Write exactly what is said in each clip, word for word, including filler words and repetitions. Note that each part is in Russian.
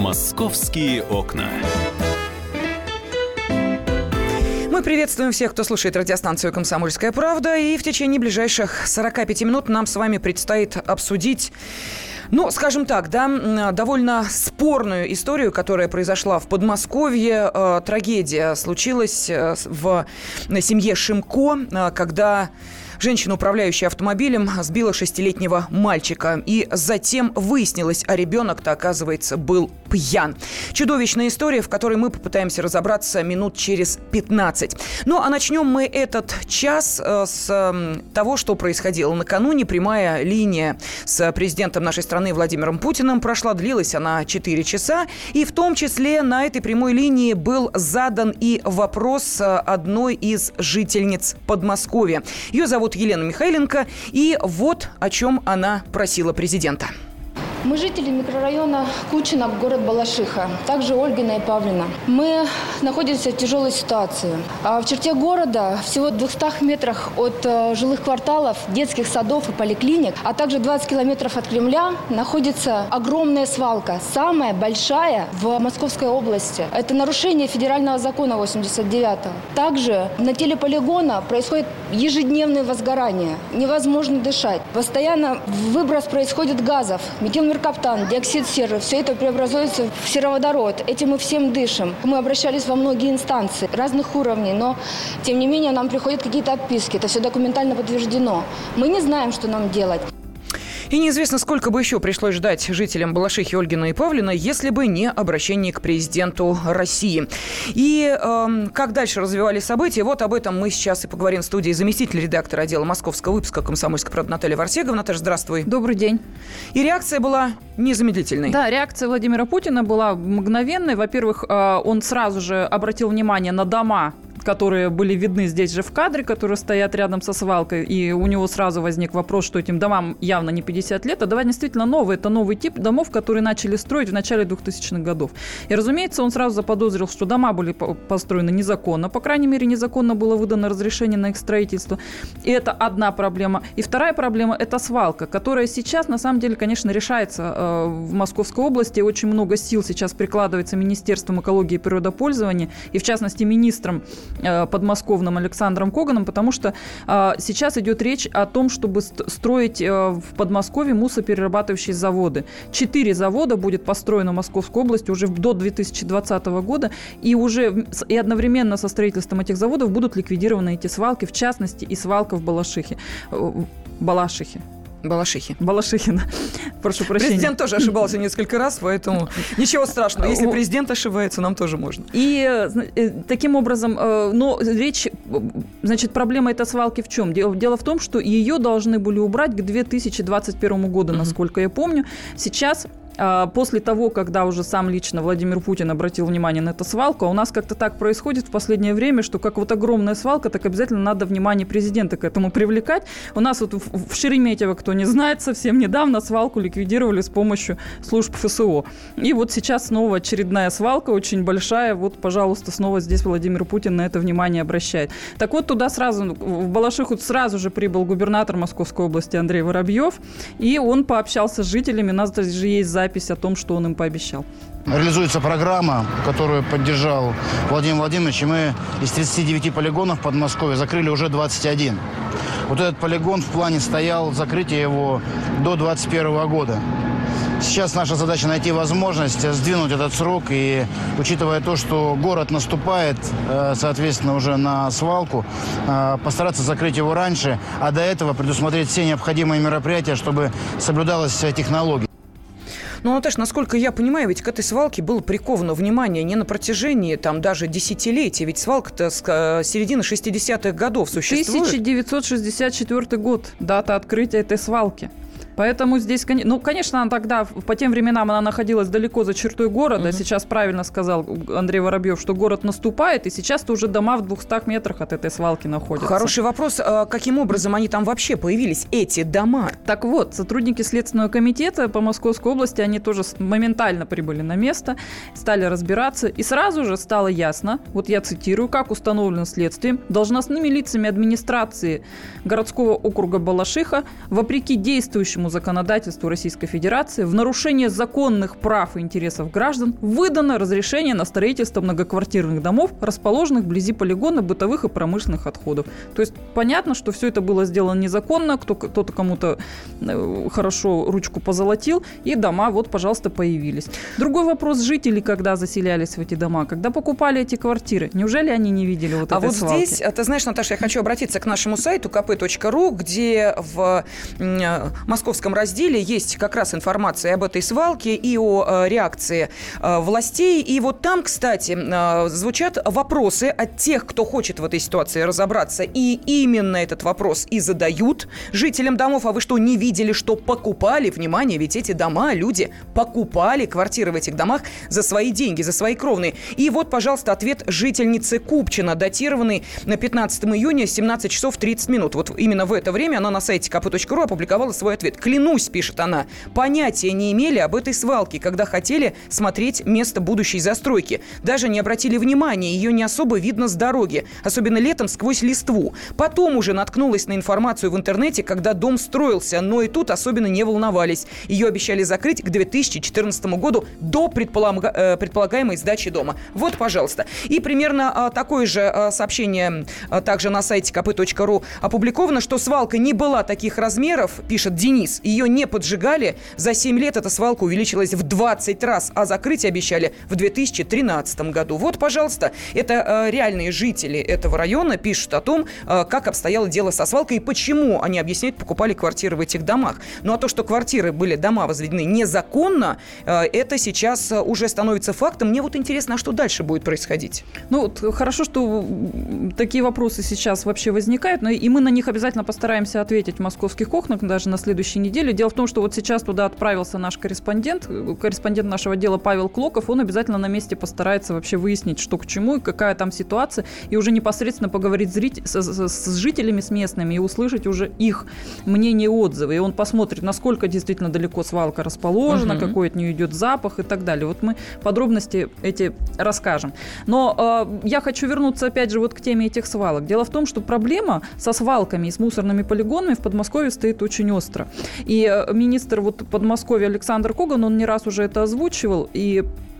«Московские окна». Мы приветствуем всех, кто слушает радиостанцию «Комсомольская правда». И в течение ближайших сорока пяти минут нам с вами предстоит обсудить, ну, скажем так, да, довольно спорную историю, которая произошла в Подмосковье. Э, трагедия случилась в семье Шимко, когда женщина, управляющая автомобилем, сбила шестилетнего мальчика. И затем выяснилось, а ребенок-то, оказывается, был пьян. Чудовищная история, в которой мы попытаемся разобраться минут через пятнадцать. Ну, а начнем мы этот час с того, что происходило накануне. Прямая линия с президентом нашей страны Владимиром Путиным прошла, длилась она четыре часа. И в том числе на этой прямой линии был задан и вопрос одной из жительниц Подмосковья. Ее зовут Елена Михайленко, и вот о чем она просила президента. Мы жители микрорайона Кучина, город Балашиха, также Ольгина и Павлина. Мы находимся в тяжелой ситуации. В черте города, всего в двухстах метрах от жилых кварталов, детских садов и поликлиник, а также двадцать километров от Кремля, находится огромная свалка, самая большая в Московской области. Это нарушение федерального закона восемьдесят девятого. Также на теле полигона происходит ежедневное возгорание. Невозможно дышать. Постоянно выброс происходит газов, метилмеркаптан, диоксид серы. Все это преобразуется в сероводород. Этим мы всем дышим. Мы обращались во многие инстанции разных уровней, но, тем не менее, нам приходят какие-то отписки. Это все документально подтверждено. Мы не знаем, что нам делать. И неизвестно, сколько бы еще пришлось ждать жителям Балашихи, Ольгина и Павлина, если бы не обращение к президенту России. И э, как дальше развивались события, вот об этом мы сейчас и поговорим в студии заместитель редактора отдела московского выпуска «Комсомольской правды» Наталья Варсегова. Наташа, здравствуй. Добрый день. И реакция была незамедлительной. Да, реакция Владимира Путина была мгновенной. Во-первых, он сразу же обратил внимание на дома, которые были видны здесь же в кадре, которые стоят рядом со свалкой, и у него сразу возник вопрос, что этим домам явно не пятьдесят лет, а дома действительно новые. Это новый тип домов, которые начали строить в начале двухтысячных годов. И, разумеется, он сразу заподозрил, что дома были построены незаконно. По крайней мере, незаконно было выдано разрешение на их строительство. И это одна проблема. И вторая проблема – это свалка, которая сейчас, на самом деле, конечно, решается э, в Московской области. Очень много сил сейчас прикладывается Министерством экологии и природопользования, и, в частности, министром подмосковным Александром Коганом, потому что э, сейчас идет речь о том, чтобы строить э, в Подмосковье мусоперерабатывающие заводы. Четыре завода будет построено в Московской области уже до две тысячи двадцатого года, и уже и одновременно со строительством этих заводов будут ликвидированы эти свалки, в частности, и свалка в Балашихе. Балашихе. Балашихи. Балашихина. Прошу прощения. Президент тоже ошибался несколько раз, поэтому ничего страшного. Если президент ошибается, нам тоже можно. И таким образом, но речь, значит, проблема этой свалки в чем? Дело, дело в том, что ее должны были убрать к две тысячи двадцать первому году, mm-hmm. насколько я помню. Сейчас, после того, когда уже сам лично Владимир Путин обратил внимание на эту свалку, у нас как-то так происходит в последнее время, что как вот огромная свалка, так обязательно надо внимание президента к этому привлекать. У нас вот в Шереметьево, кто не знает, совсем недавно свалку ликвидировали с помощью служб эф эс о. И вот сейчас снова очередная свалка, очень большая. Вот, пожалуйста, снова здесь Владимир Путин на это внимание обращает. Так вот, туда сразу, в Балашиху сразу же прибыл губернатор Московской области Андрей Воробьев, и он пообщался с жителями. У нас даже есть запись запись о том, что он им пообещал. Реализуется программа, которую поддержал Владимир Владимирович, и мы из тридцати девяти полигонов в Подмосковье закрыли уже двадцать один. Вот этот полигон в плане стоял, закрытие его до двадцать первого года. Сейчас наша задача найти возможность сдвинуть этот срок, и учитывая то, что город наступает, соответственно, уже на свалку, постараться закрыть его раньше, а до этого предусмотреть все необходимые мероприятия, чтобы соблюдалась технология. Ну, Наташа, насколько я понимаю, ведь к этой свалке было приковано внимание не на протяжении там даже десятилетий, ведь свалка-то с середины шестидесятых годов существует. тысяча девятьсот шестьдесят четвёртый год, дата открытия этой свалки. Поэтому здесь, ну, конечно, она тогда, по тем временам она находилась далеко за чертой города. Угу. Сейчас правильно сказал Андрей Воробьев, что город наступает, и сейчас-то уже дома в двухстах метрах от этой свалки находятся. Хороший вопрос. А каким образом они там вообще появились, эти дома? Так вот, сотрудники Следственного комитета по Московской области, они тоже моментально прибыли на место, стали разбираться, и сразу же стало ясно, вот я цитирую, как установлено следствием, должностными лицами администрации городского округа Балашиха, вопреки действующему федеральному законодательству Российской Федерации в нарушение законных прав и интересов граждан выдано разрешение на строительство многоквартирных домов, расположенных вблизи полигона бытовых и промышленных отходов. То есть понятно, что все это было сделано незаконно, кто, кто-то кому-то хорошо ручку позолотил, и дома вот, пожалуйста, появились. Другой вопрос: жители когда заселялись в эти дома, когда покупали эти квартиры, неужели они не видели вот а этой вот свалки? Здесь, ты знаешь, Наташа, я хочу обратиться к нашему сайту ка пэ точка ру, где в московском разделе есть как раз информация об этой свалке и о реакции властей. И вот там, кстати, звучат вопросы от тех, кто хочет в этой ситуации разобраться. И именно этот вопрос и задают жителям домов. А вы что, не видели, что покупали? Внимание, ведь эти дома, люди покупали квартиры в этих домах за свои деньги, за свои кровные. И вот, пожалуйста, ответ жительницы Купчино, датированный на пятнадцатого июня, семнадцать часов тридцать минут. Вот именно в это время она на сайте ка пэ точка ру опубликовала свой ответ. «Клянусь», пишет она, «понятия не имели об этой свалке, когда хотели смотреть место будущей застройки. Даже не обратили внимания, ее не особо видно с дороги, особенно летом сквозь листву. Потом уже наткнулась на информацию в интернете, когда дом строился, но и тут особенно не волновались. Ее обещали закрыть к две тысячи четырнадцатому году до предполага- предполагаемой сдачи дома». Вот, пожалуйста. И примерно а, такое же а, сообщение а, также на сайте ка пэ точка ру опубликовано, что свалка не была таких размеров, пишет Денис. Ее не поджигали. За семь лет эта свалка увеличилась в двадцать раз, а закрыть обещали в две тысячи тринадцатом году. Вот, пожалуйста, это а, реальные жители этого района пишут о том, а, как обстояло дело со свалкой и почему, они объясняют, покупали квартиры в этих домах. Ну а то, что квартиры были, дома возведены незаконно, а, это сейчас а, уже становится фактом. Мне вот интересно, а что дальше будет происходить? Ну, вот хорошо, что такие вопросы сейчас вообще возникают, но и мы на них обязательно постараемся ответить в «Московских окнах» даже на следующей неделе. Дело в том, что вот сейчас туда отправился наш корреспондент, корреспондент нашего отдела Павел Клоков, он обязательно на месте постарается вообще выяснить, что к чему и какая там ситуация, и уже непосредственно поговорить с, с, с жителями, с местными, и услышать уже их мнение и отзывы. И он посмотрит, насколько действительно далеко свалка расположена, угу. какой от нее идет запах и так далее. Вот мы подробности эти расскажем. Но э, я хочу вернуться опять же вот к теме этих свалок. Дело в том, что проблема со свалками и с мусорными полигонами в Подмосковье стоит очень остро. И э, министр вот Подмосковья Александр Коган, он не раз уже это озвучивал, и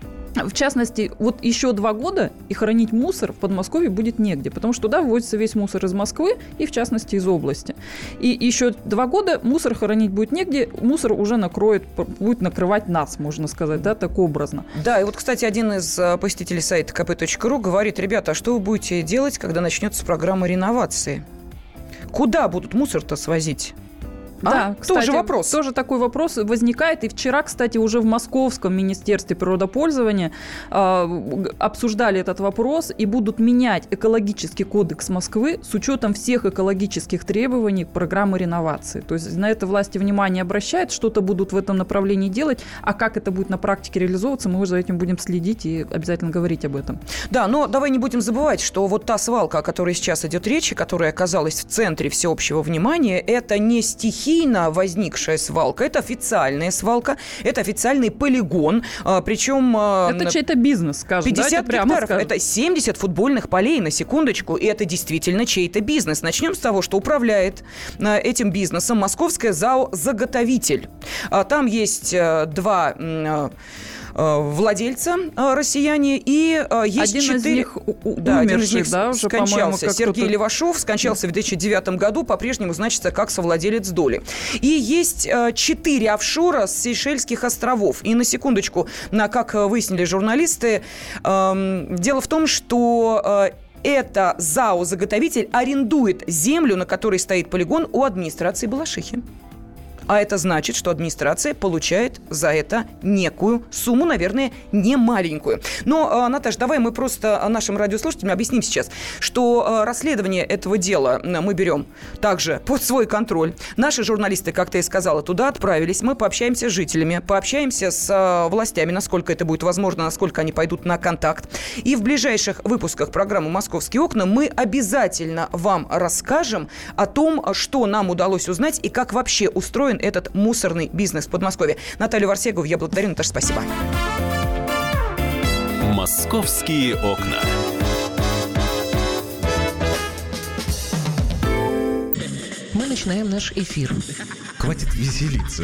в частности, вот еще два года и хранить мусор в Подмосковье будет негде, потому что туда вывозится весь мусор из Москвы и, в частности, из области. И еще два года мусор хранить будет негде, мусор уже накроет, будет накрывать нас, можно сказать, да, так образно. Да, и вот, кстати, один из посетителей сайта ка пэ точка ру говорит: ребята, а что вы будете делать, когда начнется программа реновации? Куда будут мусор-то свозить? Да, а? кстати, тоже вопрос. Тоже такой вопрос возникает. И вчера, кстати, уже в Московском министерстве природопользования э, обсуждали этот вопрос и будут менять экологический кодекс Москвы с учетом всех экологических требований программы реновации. То есть на это власти внимание обращают, что-то будут в этом направлении делать, а как это будет на практике реализовываться, мы уже за этим будем следить и обязательно говорить об этом. Да, но давай не будем забывать, что вот та свалка, о которой сейчас идет речь, которая оказалась в центре всеобщего внимания, это не стихия, возникшая свалка. Это официальная свалка, это официальный полигон, причем... Это чей-то бизнес, скажем. пятьдесят да, это гектаров, это семьдесят футбольных полей, на секундочку, и это действительно чей-то бизнес. Начнем с того, что управляет этим бизнесом московское ЗАО «Заготовитель». Там есть два... владельца россияне, и есть один четыре... из них у- да, умерший, один из них да, уже, скончался. Сергей кто-то... Левашов скончался в две тысячи девятом году, по-прежнему значится как совладелец доли. И есть четыре офшора с Сейшельских островов. И на секундочку, на, как выяснили журналисты, э, дело в том, что... Э, это ЗАО-заготовитель арендует землю, на которой стоит полигон, у администрации Балашихи. А это значит, что администрация получает за это некую сумму, наверное, не маленькую. Но, Наташ, давай мы просто нашим радиослушателям объясним сейчас, что расследование этого дела мы берем также под свой контроль. Наши журналисты, как ты и сказала, туда отправились. Мы пообщаемся с жителями, пообщаемся с властями, насколько это будет возможно, насколько они пойдут на контакт. И в ближайших выпусках программы «Московские окна» мы обязательно вам расскажем о том, что нам удалось узнать и как вообще устроен этот мусорный бизнес в Подмосковье. Наталью Варсегову я благодарю. Наташа, спасибо. «Московские окна». Мы начинаем начинаем наш эфир. Хватит веселиться.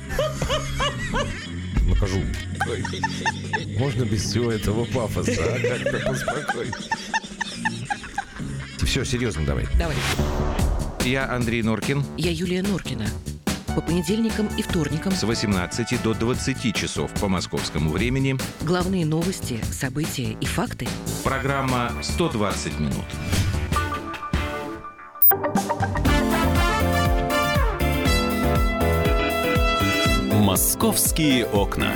Накажу. Можно без всего этого пафоса, а как-то поспокойнее. Все, серьезно давай. Давай. Я Андрей Норкин. Я Юлия Норкина. По понедельникам и вторникам С восемнадцати до двадцати часов по московскому времени. главные новости, события и факты. Программа «сто двадцать минут». «Московские окна».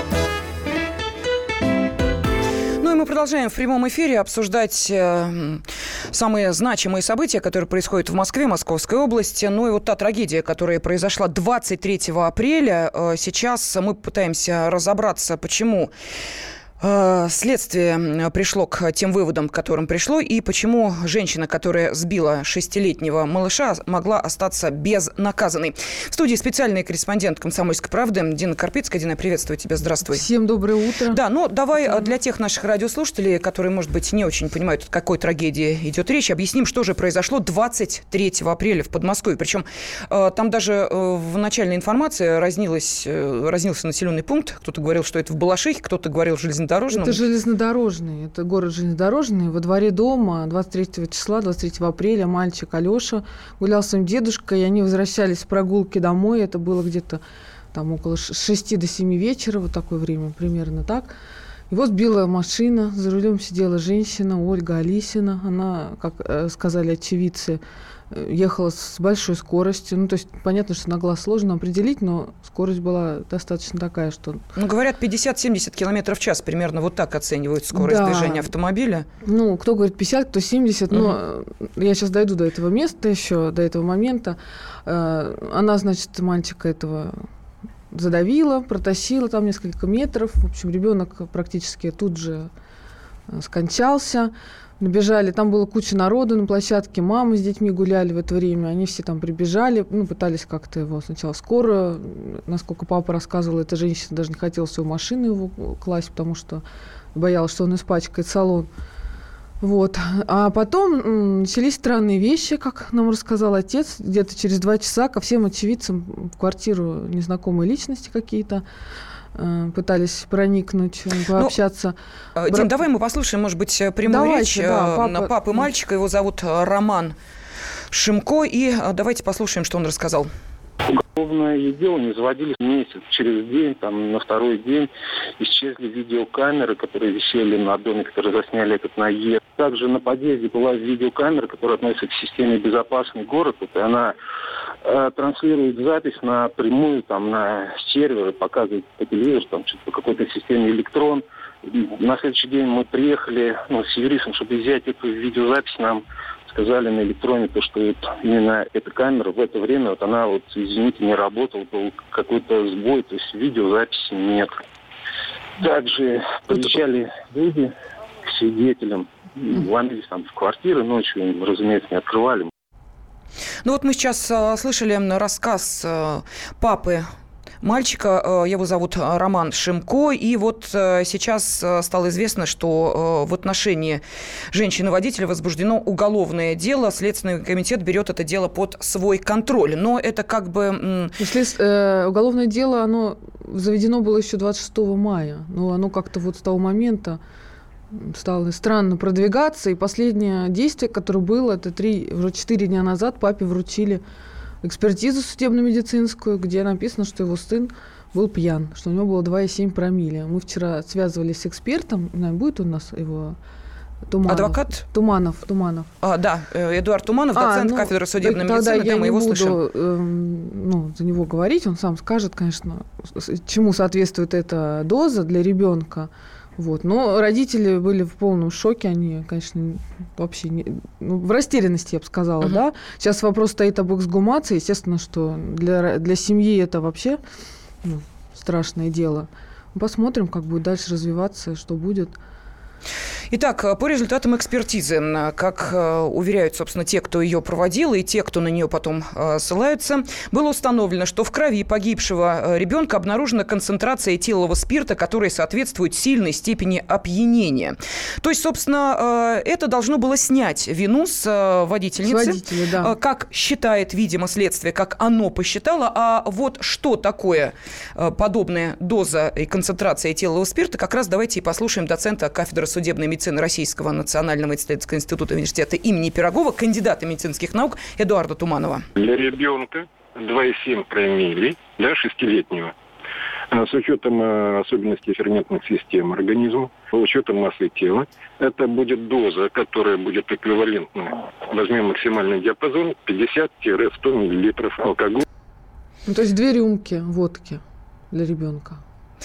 Ну и мы продолжаем в прямом эфире обсуждать э, самые значимые события, которые происходят в Москве, Московской области. Ну и вот та трагедия, которая произошла двадцать третьего апреля. Э, сейчас мы пытаемся разобраться, почему э, следствие пришло к тем выводам, к которым пришло, и почему женщина, которая сбила шестилетнего малыша, могла остаться безнаказанной. В студии специальный корреспондент «Комсомольской правды» Дина Карпицкая. Дина, приветствую тебя, здравствуй. Всем доброе утро. Да, ну давай mm-hmm. для тех наших радиослушателей, которые, может быть, не очень понимают, о какой трагедии идет речь, объясним, что же произошло двадцать третьего апреля в Подмосковье. Причем э, там даже э, в начальной информации разнилось, э, разнился населенный пункт. Кто-то говорил, что это в Балашихе, кто-то говорил в железнодорожном. Это железнодорожный, это город железнодорожный. Во дворе дома двадцать третьего числа, двадцать третьего апреля, мальчик Алеша гулял с своим дедушкой, и они возвращались с прогулки домой. Это было где-то там около шести до семи вечера, вот такое время, примерно так. Его сбила машина, за рулем сидела женщина Ольга Алисина. Она, как э, сказали очевидцы, ехала с большой скоростью. Ну, то есть, понятно, что на глаз сложно определить, но скорость была достаточно такая, что... Ну, говорят, пятьдесят-семьдесят километров в час, примерно вот так оценивают скорость да. движения автомобиля. Ну, кто говорит пятьдесят, кто семьдесят, угу. но я сейчас дойду до этого места еще, до этого момента. Она, значит, мальчика этого задавила, протащила там несколько метров. В общем, ребенок практически тут же скончался. Набежали, там было куча народу на площадке, мамы с детьми гуляли в это время, они все там прибежали, ну, пытались как-то его сначала скоро, насколько папа рассказывал, эта женщина даже не хотела в свою машину его класть, потому что боялась, что он испачкает салон. Вот. А потом м, начались странные вещи, как нам рассказал отец, где-то через два часа ко всем очевидцам в квартиру незнакомые личности какие-то пытались проникнуть, пообщаться. Ну, Дим, Бра... давай мы послушаем, может быть, прямую давайте, речь да, папа... папы мальчика. Его зовут Роман Шимко. И давайте послушаем, что он рассказал. Уголовное дело не заводились месяц. Через день, там, на второй день исчезли видеокамеры, которые висели на доме, которые засняли этот наезд. Также на подъезде была видеокамера, которая относится к системе «Безопасный город». И она э, транслирует запись напрямую там, на сервер, показывает по телевизору, там, по какой-то системе «Электрон». На следующий день мы приехали ну, с юристом, чтобы взять эту видеозапись, нам сказали на электроне, то, что вот именно эта камера в это время, вот она, вот, извините, не работала, был какой-то сбой, то есть видеозаписи нет. Также приезжали люди к свидетелям, ломились там в квартиры ночью, разумеется, не открывали. Ну вот мы сейчас э, слышали рассказ э, папы мальчика, его зовут Роман Шимко, и вот сейчас стало известно, что в отношении женщины-водителя возбуждено уголовное дело. Следственный комитет берет это дело под свой контроль, но это как бы... След... Э, уголовное дело, оно заведено было еще двадцать шестого мая, но оно как-то вот с того момента стало странно продвигаться, и последнее действие, которое было, это три, уже четыре дня назад папе вручили экспертизу судебно-медицинскую, где написано, что его сын был пьян, что у него было два и семь промилле. Мы вчера связывались с экспертом, будет у нас его... Туманов. Адвокат? Туманов, Туманов. А, да, Эдуард Туманов, доцент а, ну, кафедры судебной медицины, да, мы его слышим. Тогда я не буду э, ну, за него говорить, он сам скажет, конечно, чему соответствует эта доза для ребенка. Вот. Но родители были в полном шоке, они, конечно, вообще не, ну, в растерянности, я бы сказала, uh-huh. да. Сейчас вопрос стоит об эксгумации, естественно, что для, для семьи это вообще ну, страшное дело. Посмотрим, как будет дальше развиваться, что будет. Итак, по результатам экспертизы, как уверяют, собственно, те, кто ее проводил, и те, кто на нее потом ссылаются, было установлено, что в крови погибшего ребенка обнаружена концентрация этилового спирта, которая соответствует сильной степени опьянения. То есть, собственно, это должно было снять вину с водительницы, водителя, да. Как считает, видимо, следствие, как оно посчитало. А вот что такое подобная доза и концентрация этилового спирта, как раз давайте и послушаем доцента кафедры судебной медицины Российского национального исследовательского института университета имени Пирогова, кандидата медицинских наук Эдуарда Туманова. Для ребенка два и семь промилле, да, шестилетнего, с учетом особенностей ферментных систем организма, с учетом массы тела, это будет доза, которая будет эквивалентна, возьмем максимальный диапазон, пятьдесят-сто миллилитров алкоголя. Ну, то есть две рюмки водки для ребенка.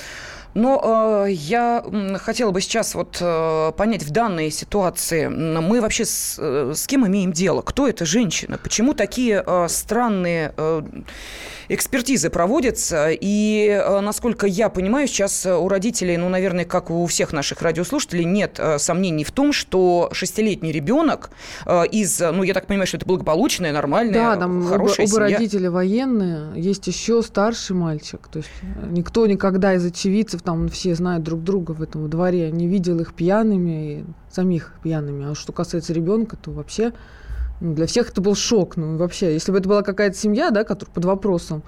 Но э, я хотела бы сейчас вот э, понять в данной ситуации, мы вообще с, э, с кем имеем дело? Кто эта женщина? Почему такие э, странные э, экспертизы проводятся? И, э, насколько я понимаю, сейчас у родителей, ну, наверное, как у всех наших радиослушателей, нет э, сомнений в том, что шестилетний ребенок э, из, ну, я так понимаю, что это благополучная, нормальная, да, там хорошая оба, семья. оба родители военные, есть еще старший мальчик. То есть никто никогда из очевидцев, там все знают друг друга в этом дворе, не видел их пьяными, и самих пьяными. А что касается ребенка, то вообще ну, для всех это был шок. Ну, вообще, если бы это была какая-то семья, да, которая под вопросом,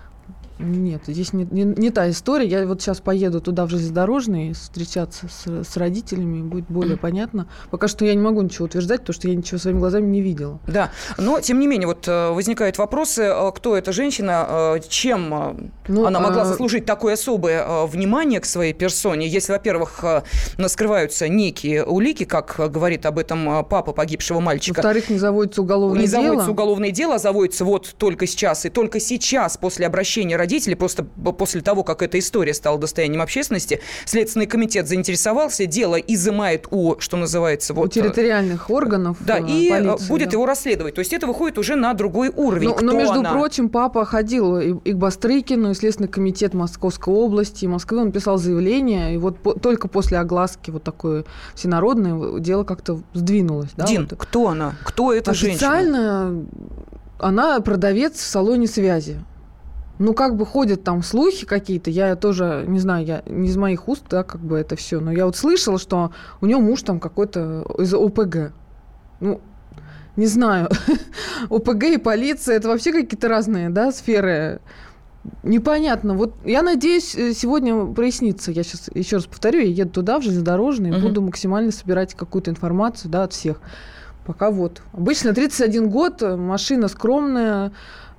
нет, здесь не, не, не та история. Я вот сейчас поеду туда, в железнодорожный, встречаться с, с родителями, будет более понятно. Пока что я не могу ничего утверждать, потому что я ничего своими глазами не видела. Да, но, тем не менее, вот возникают вопросы, кто эта женщина, чем ну, она могла заслужить такое особое внимание к своей персоне, если, во-первых, скрываются некие улики, как говорит об этом папа погибшего мальчика. Во-вторых, не заводится уголовное не дело. Не заводится уголовное дело, а заводится вот только сейчас, и только сейчас, после обращения родителей, просто после того, как эта история стала достоянием общественности, Следственный комитет заинтересовался, дело изымает у, что называется... Вот, у территориальных органов да, и полиции, будет да. его расследовать. То есть это выходит уже на другой уровень. Но, Кто но между она? прочим, папа ходил и, и к Бастрыкину, и Следственный комитет Московской области, и Москвы, он писал заявление, и вот по, только после огласки вот такой всенародной дело как-то сдвинулось. Да, Дин, вот. Кто она? Кто эта женщина? Официально она продавец в салоне связи. Ну, как бы ходят там слухи какие-то, я тоже, не знаю, я не из моих уст, да, как бы это все, но я вот слышала, что у него муж там какой-то из ОПГ. Ну, не знаю. ОПГ и полиция, это вообще какие-то разные, да, сферы. Непонятно. Вот я надеюсь, сегодня прояснится. Я сейчас еще раз повторю, я еду туда, в железнодорожный, и буду максимально собирать какую-то информацию, да, от всех. Пока вот. Обычно тридцать один год, машина скромная,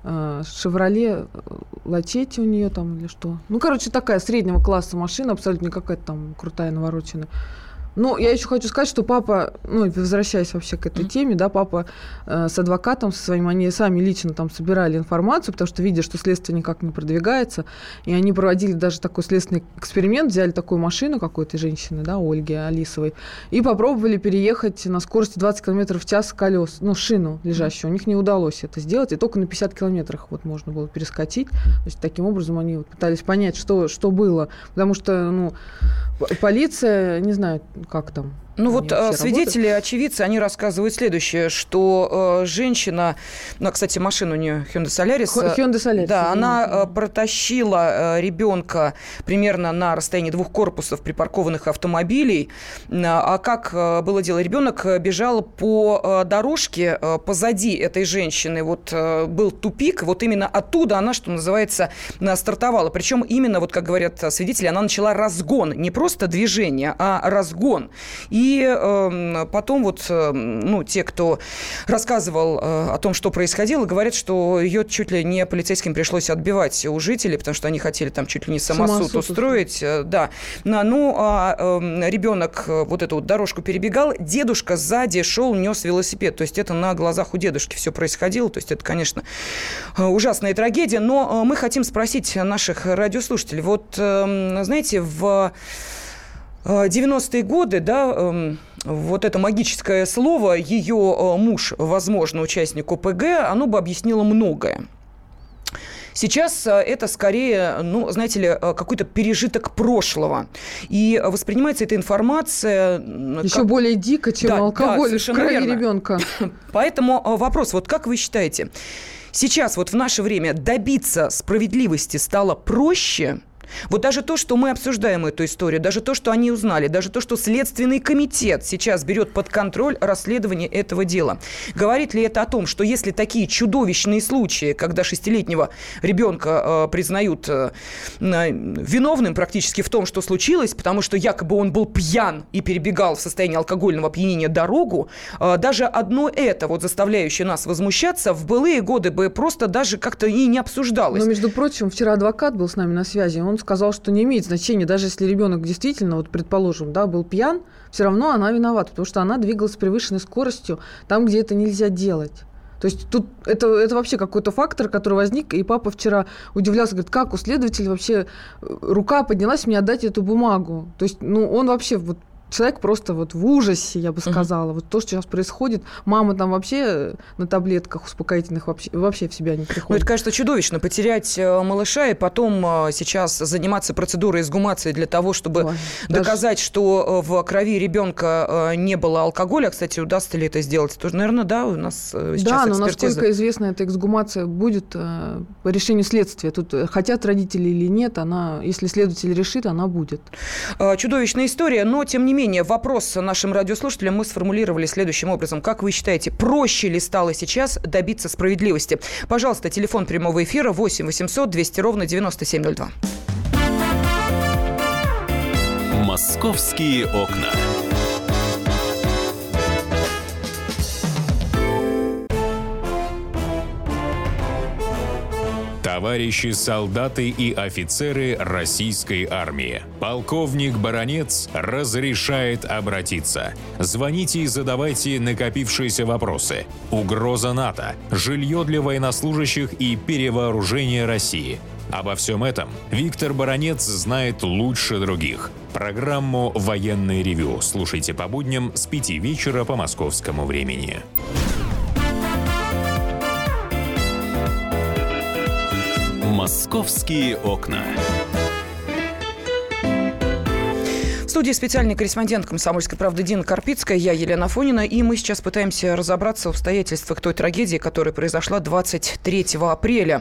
«Шевроле Лачетти» у нее там или что. Ну, короче, такая среднего класса машина, абсолютно не какая-то там крутая, навороченная. Ну, я еще хочу сказать, что папа, ну, возвращаясь вообще к этой теме, да, папа э, с адвокатом со своим, они сами лично там собирали информацию, потому что видя, что следствие никак не продвигается, и они проводили даже такой следственный эксперимент, взяли такую машину какой-то женщины, да, Ольги Алисовой, и попробовали переехать на скорости двадцать километров в час колес, ну, шину лежащую. У них не удалось это сделать, и только на пятьдесят километрах вот можно было перескочить. То есть, таким образом они вот пытались понять, что, что было, потому что, ну, полиция, не знаю, как там. Ну вот свидетели, работают. очевидцы, они рассказывают следующее, что э, женщина, ну, кстати, машина у нее Hyundai Solaris. Hyundai Solaris. Да, она э, протащила э, ребенка примерно на расстоянии двух корпусов припаркованных автомобилей. А как э, было дело? Ребенок бежал по э, дорожке э, позади этой женщины. Вот э, был тупик, вот именно оттуда она, что называется, стартовала. Причем именно, вот как говорят свидетели, она начала разгон. Не просто движение, а разгон. И И э, потом вот, э, ну, те, кто рассказывал э, о том, что происходило, говорят, что ее чуть ли не полицейским пришлось отбивать у жителей, потому что они хотели там чуть ли не самосуд, самосуд устроить. Э, да. Ну, а э, ребенок вот эту вот дорожку перебегал, дедушка сзади шел, нес велосипед. То есть это на глазах у дедушки все происходило. То есть это, конечно, ужасная трагедия. Но мы хотим спросить наших радиослушателей. Вот, э, знаете, в... девяностые годы, да, вот это магическое слово, ее муж, возможно, участник ОПГ, оно бы объяснило многое. Сейчас это скорее, ну, знаете ли, какой-то пережиток прошлого. И воспринимается эта информация... Еще как... более дико, чем да, алкоголь да, в крови верно. ребенка. Поэтому вопрос, вот как вы считаете, сейчас вот в наше время добиться справедливости стало проще? Вот даже то, что мы обсуждаем эту историю, даже то, что они узнали, даже то, что Следственный комитет сейчас берет под контроль расследование этого дела, говорит ли это о том, что если такие чудовищные случаи, когда шестилетнего ребенка э, признают э, виновным практически в том, что случилось, потому что якобы он был пьян и перебегал в состоянии алкогольного опьянения дорогу, э, даже одно это, вот заставляющее нас возмущаться, в былые годы бы просто даже как-то и не обсуждалось. Но, между прочим, вчера адвокат был с нами на связи, он сказал, что не имеет значения, даже если ребенок действительно, вот предположим, да, был пьян, все равно она виновата, потому что она двигалась с превышенной скоростью там, где это нельзя делать. То есть тут это, это вообще какой-то фактор, который возник, и папа вчера удивлялся, говорит, как у следователя вообще рука поднялась мне отдать эту бумагу. То есть, ну, он вообще вот человек просто вот в ужасе, я бы сказала. Uh-huh. Вот то, что сейчас происходит. Мама там вообще на таблетках успокоительных вообще, вообще в себя не приходит. Ну, это, конечно, чудовищно. Потерять малыша и потом сейчас заниматься процедурой эксгумации для того, чтобы Ой, доказать, даже... что в крови ребенка не было алкоголя. Кстати, удастся ли это сделать? Тоже, наверное, да, у нас сейчас Да, но экспертиза. Насколько известно, эта эксгумация будет по решению следствия. Тут хотят родители или нет, она, если следователь решит, она будет. Чудовищная история, но тем не менее менее, вопрос нашим радиослушателям мы сформулировали следующим образом. Как вы считаете, проще ли стало сейчас добиться справедливости? Пожалуйста, телефон прямого эфира восемь восемьсот двести ровно девяносто семь ноль два. Московские окна. Товарищи солдаты и офицеры российской армии. Полковник Баранец разрешает обратиться. Звоните и задавайте накопившиеся вопросы. Угроза НАТО, жилье для военнослужащих и перевооружение России. Обо всем этом Виктор Баранец знает лучше других. Программу «Военное ревю» слушайте по будням с пяти вечера по московскому времени. «Московские окна». В студии специальный корреспондент «Комсомольской правды» Дина Карпицкая, я Елена Афонина, и мы сейчас пытаемся разобраться в обстоятельствах той трагедии, которая произошла двадцать третьего апреля,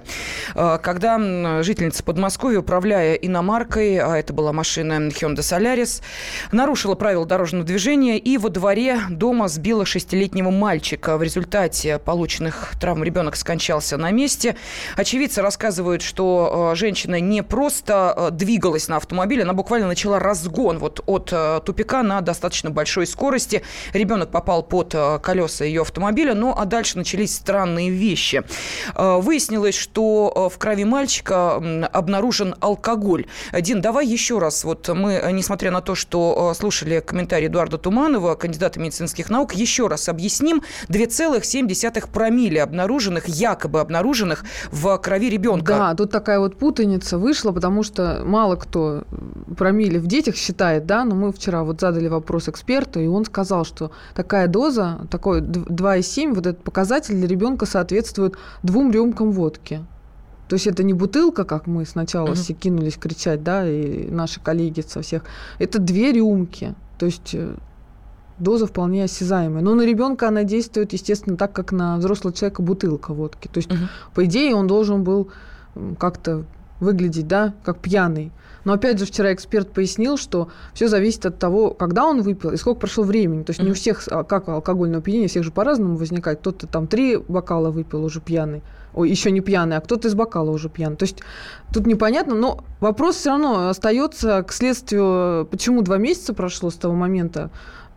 когда жительница Подмосковья, управляя иномаркой, а это была машина Hyundai Solaris, нарушила правила дорожного движения и во дворе дома сбила шестилетнего мальчика. В результате полученных травм ребенок скончался на месте. Очевидцы рассказывают, что женщина не просто двигалась на автомобиле, она буквально начала разгон вот от э, тупика на достаточно большой скорости. Ребенок попал под э, колеса ее автомобиля, ну а дальше начались странные вещи. Э, выяснилось, что э, в крови мальчика э, обнаружен алкоголь. Дин, давай еще раз. Вот мы, несмотря на то, что э, слушали комментарий Эдуарда Туманова, кандидата медицинских наук, еще раз объясним. две целых семь десятых промилле обнаруженных, якобы обнаруженных в крови ребенка. Да, тут такая вот путаница вышла, потому что мало кто промилле в детях считает, да, но мы вчера вот задали вопрос эксперту, и он сказал, что такая доза, такой два и семь, вот этот показатель для ребенка соответствует двум рюмкам водки. То есть это не бутылка, как мы сначала uh-huh. все кинулись кричать, да, и наши коллеги со всех. Это две рюмки. То есть доза вполне осязаемая. Но на ребенка она действует, естественно, так, как на взрослого человека бутылка водки. То есть, uh-huh. по идее, он должен был как-то выглядеть, да, как пьяный. Но опять же, вчера эксперт пояснил, что все зависит от того, когда он выпил и сколько прошло времени. То есть не у всех, как алкогольное опьянение, у всех же по-разному возникает. Кто-то там три бокала выпил уже пьяный, ой, еще не пьяный, а кто-то из бокала уже пьяный. То есть тут непонятно, но вопрос все равно остается к следствию, почему два месяца прошло с того момента,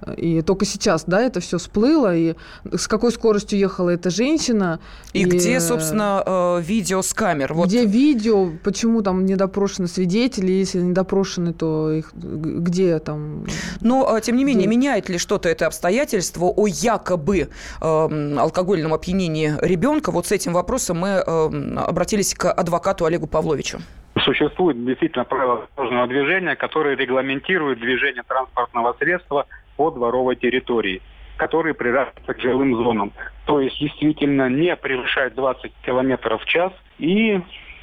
и только сейчас, да, это все всплыло, и с какой скоростью ехала эта женщина. И, и где, собственно, видео с камер? Вот. Где видео, почему там не допрошены свидетели, если не допрошены, то их где там... Но, тем не менее, где... меняет ли что-то это обстоятельство о якобы э, алкогольном опьянении ребенка? Вот с этим вопросом мы э, обратились к адвокату Олегу Павловичу. Существует действительно правила дорожного движения, которые регламентируют движение транспортного средства по дворовой территории, которые приравниваются к жилым зонам. То есть действительно не превышать двадцать километров в час и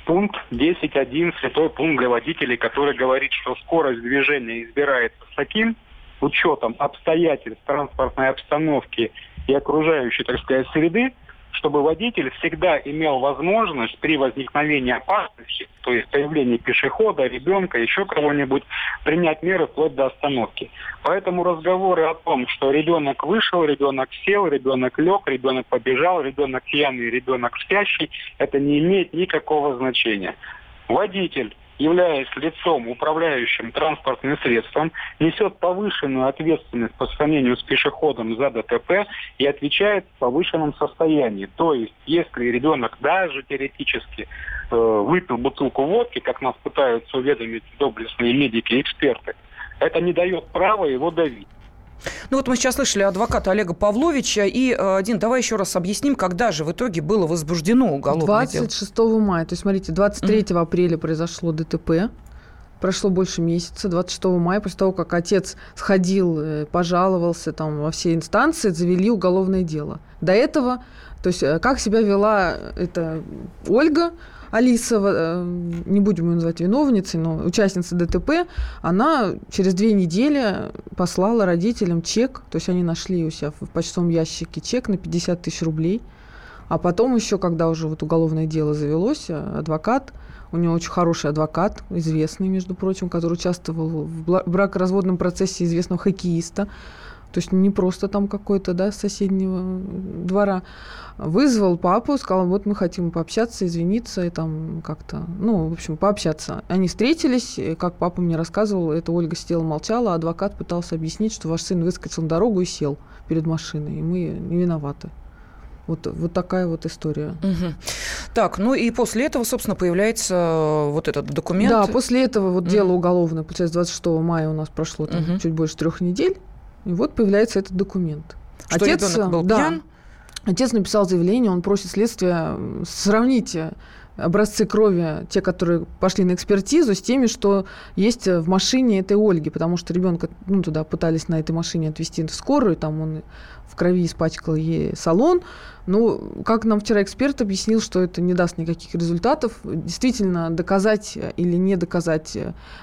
пункт десять один, святой пункт для водителей, который говорит, что скорость движения избирается с таким учетом обстоятельств транспортной обстановки и окружающей, так сказать, среды, чтобы водитель всегда имел возможность при возникновении опасности, то есть появлении пешехода, ребенка, еще кого-нибудь, принять меры вплоть до остановки. Поэтому разговоры о том, что ребенок вышел, ребенок сел, ребенок лег, ребенок побежал, ребенок пьяный, ребенок спящий, это не имеет никакого значения. Водитель, являясь лицом, управляющим транспортным средством, несет повышенную ответственность по сравнению с пешеходом за ДТП и отвечает в повышенном состоянии. То есть, если ребенок даже теоретически э, выпил бутылку водки, как нас пытаются уведомить доблестные медики и эксперты, это не дает права его давить. Ну вот мы сейчас слышали адвоката Олега Павловича. И, Дин, давай еще раз объясним, когда же в итоге было возбуждено уголовное дело. двадцать шестого мая. То есть, смотрите, двадцать третьего апреля произошло ДТП. Прошло больше месяца. двадцать шестого мая, после того, как отец сходил, пожаловался там, во все инстанции, завели уголовное дело. До этого, то есть, как себя вела эта Ольга Алисова, не будем ее называть виновницей, но участница ДТП, она через две недели послала родителям чек, то есть они нашли у себя в почтовом ящике чек на пятьдесят тысяч рублей, а потом еще, когда уже вот уголовное дело завелось, адвокат, у него очень хороший адвокат, известный, между прочим, который участвовал в бракоразводном процессе известного хоккеиста, то есть не просто там какой-то, да, с соседнего двора, вызвал папу, сказал, вот мы хотим пообщаться, извиниться и там как-то, ну, в общем, пообщаться. Они встретились, и, как папа мне рассказывал, эта Ольга сидела, молчала, а адвокат пытался объяснить, что ваш сын выскочил на дорогу и сел перед машиной, и мы не виноваты. Вот, вот такая вот история. Угу. Так, ну и после этого, собственно, появляется вот этот документ. Да, после этого вот угу. дело уголовное, получается, двадцать шестого мая у нас прошло там, угу. чуть больше трех недель, и вот появляется этот документ. Что отец, ребенок был да, пьян? Отец написал заявление, он просит следствия сравнить образцы крови, те, которые пошли на экспертизу, с теми, что есть в машине этой Ольги, потому что ребенка, ну, туда пытались на этой машине отвезти в скорую, там он в крови испачкал ей салон. Ну, как нам вчера эксперт объяснил, что это не даст никаких результатов. Действительно, доказать или не доказать,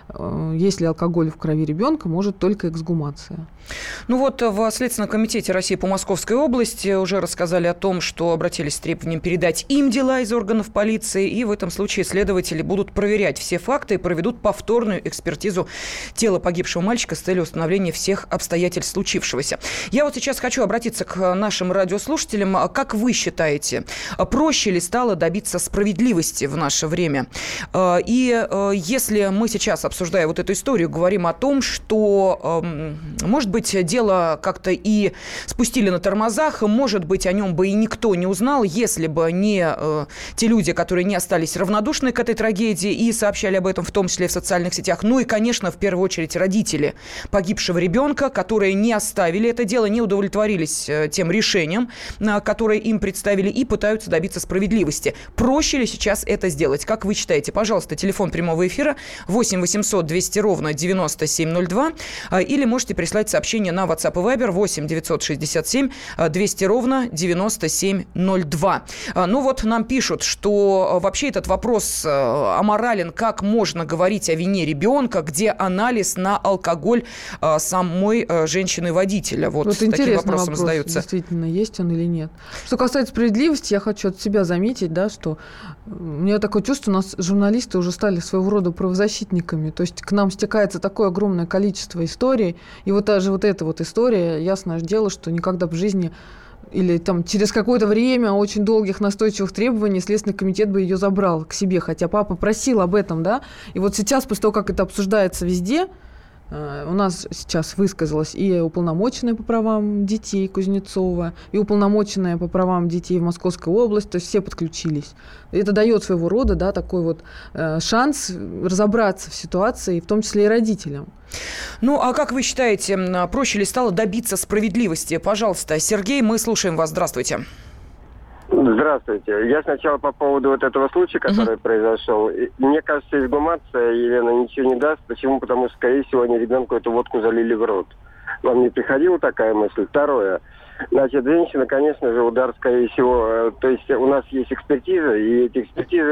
есть ли алкоголь в крови ребенка, может только эксгумация. Ну вот в Следственном комитете России по Московской области уже рассказали о том, что обратились с требованием передать им дела из органов полиции, и в этом случае следователи будут проверять все факты и проведут повторную экспертизу тела погибшего мальчика с целью установления всех обстоятельств случившегося. Я вот сейчас хочу обратиться к нашим радиослушателям. Как вы считаете, проще ли стало добиться справедливости в наше время? И если мы сейчас, обсуждая вот эту историю, говорим о том, что, может быть, дело как-то и спустили на тормозах, может быть, о нем бы и никто не узнал, если бы не те люди, которые не остались равнодушны к этой трагедии и сообщали об этом, в том числе в социальных сетях. Ну и, конечно, в первую очередь родители погибшего ребенка, которые не оставили это дело, не удовлетворились тем решением, которое им представили, и пытаются добиться справедливости. Проще ли сейчас это сделать? Как вы считаете? Пожалуйста, телефон прямого эфира восемь восемьсот двести ровно девяносто семь ноль два, или можете прислать сообщение на WhatsApp и Viber восемь девятьсот шестьдесят семь двести ровно девяносто семь ноль два. Ну вот нам пишут, что вообще этот вопрос аморален, как можно говорить о вине ребенка, где анализ на алкоголь самой женщины-водителя. Вот, вот таким вопросом вопрос, задаются. Действительно, есть он или нет. Что касается справедливости, я хочу от себя заметить, да, что у меня такое чувство, у нас журналисты уже стали своего рода правозащитниками. То есть к нам стекается такое огромное количество историй. И вот даже вот эта вот история, ясное дело, что никогда в жизни или там через какое-то время очень долгих настойчивых требований Следственный комитет бы ее забрал к себе, хотя папа просил об этом, да. И вот сейчас, после того, как это обсуждается везде, у нас сейчас высказалась и уполномоченная по правам детей Кузнецова, и уполномоченная по правам детей в Московской области, то есть все подключились. Это дает своего рода, да, такой вот э, шанс разобраться в ситуации, в том числе и родителям. Ну, а как вы считаете, проще ли стало добиться справедливости? Пожалуйста, Сергей, мы слушаем вас. Здравствуйте. Здравствуйте. Я сначала по поводу вот этого случая, который uh-huh. произошел. Мне кажется, эксгумация, Елена, ничего не даст. Почему? Потому что, скорее всего, они ребенку эту водку залили в рот. Вам не приходила такая мысль? Второе. Значит, женщина, конечно же, удар, скорее всего... То есть у нас есть экспертиза, и эти экспертизы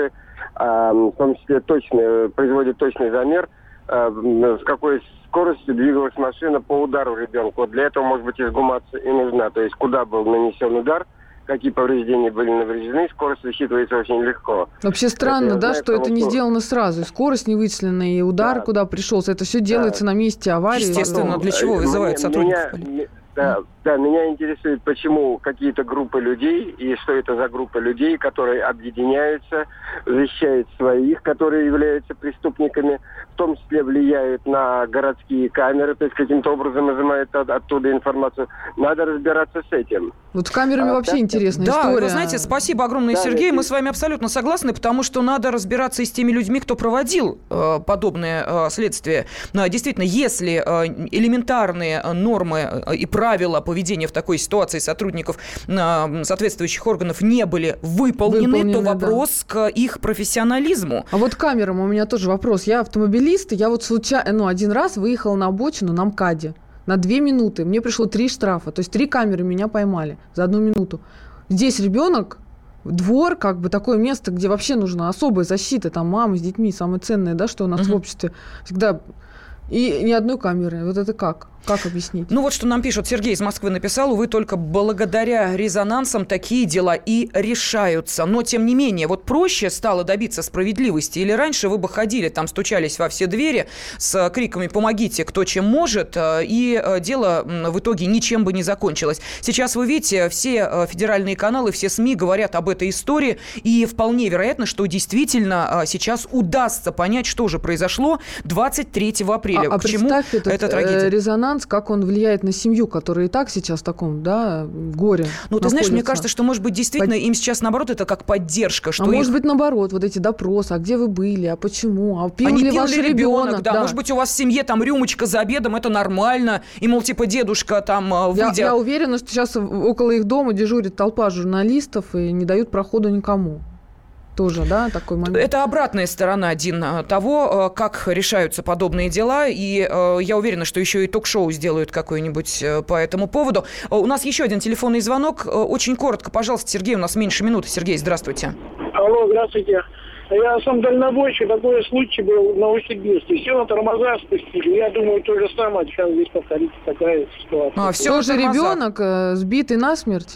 а, в том числе точный, производит точный замер, а, с какой скоростью двигалась машина по удару ребенка. Вот для этого, может быть, эксгумация и нужна. То есть куда был нанесен удар, какие повреждения были навреждены, скорость высчитывается очень легко. Вообще странно, это, да, знаю, что это не что... сделано сразу. И скорость не вычислена, и удар, да. куда пришелся. Это все делается да. на месте аварии. Естественно, для чего вызывают сотрудников? Меня, да, да, меня интересует, почему какие-то группы людей, и что это за группа людей, которые объединяются, защищают своих, которые являются преступниками, в том числе влияют на городские камеры, то есть каким-то образом изымают от, оттуда информацию. Надо разбираться с этим. Вот с камерами а, вообще так, интересная да, история. Да, вы знаете, спасибо огромное, да, Сергей. Это... Мы с вами абсолютно согласны, потому что надо разбираться и с теми людьми, кто проводил э, подобное э, следствие. Но, действительно, если э, элементарные нормы и правила поведения в такой ситуации сотрудников э, соответствующих органов не были выполнены, выполнены то вопрос да. к их профессионализму. А вот к камерам у меня тоже вопрос. Я автомобилист, и я вот случайно, ну, один раз выехала на обочину на МКАДе. На две минуты. Мне пришло три штрафа. То есть три камеры меня поймали за одну минуту. Здесь ребенок, двор, как бы такое место, где вообще нужна особая защита. Там мамы с детьми, самое ценное, да, что у нас uh-huh. в обществе всегда... И ни одной камеры. Вот это как? Как объяснить? Ну вот что нам пишут. Сергей из Москвы написал: увы, только благодаря резонансам такие дела и решаются. Но, тем не менее, вот проще стало добиться справедливости. Или раньше вы бы ходили, там стучались во все двери с криками «помогите, кто чем может», и дело в итоге ничем бы не закончилось. Сейчас вы видите, все федеральные каналы, все СМИ говорят об этой истории, и вполне вероятно, что действительно сейчас удастся понять, что же произошло двадцать третьего апреля. А, К чему этот, эта трагедия? Резонанс, как он влияет на семью, которая и так сейчас в таком, да, горе. Ну, ты находится. Знаешь, мне кажется, что, может быть, действительно Под... им сейчас, наоборот, это как поддержка. Что а их... может быть, наоборот, вот эти допросы, а где вы были, а почему, а пил а ли пил ваш ли ребенок? ребенок да. Да. Может быть, у вас в семье там рюмочка за обедом, это нормально, и, мол, типа, дедушка там, выйдя... Я, я уверена, что сейчас около их дома дежурит толпа журналистов и не дают прохода никому. Тоже, да, такой момент. Это обратная сторона, Дин, того, как решаются подобные дела. И э, я уверена, что еще и ток-шоу сделают какое-нибудь по этому поводу. У нас еще один телефонный звонок. Очень коротко, пожалуйста, Сергей, у нас меньше минуты. Сергей, здравствуйте. Алло, здравствуйте. Я сам дальнобойщик, такой случай был в Новосибирске. Все на тормоза спустили. Я думаю, то же самое сейчас здесь повторится такая ситуация. А, все же ребенок э, сбитый насмерть?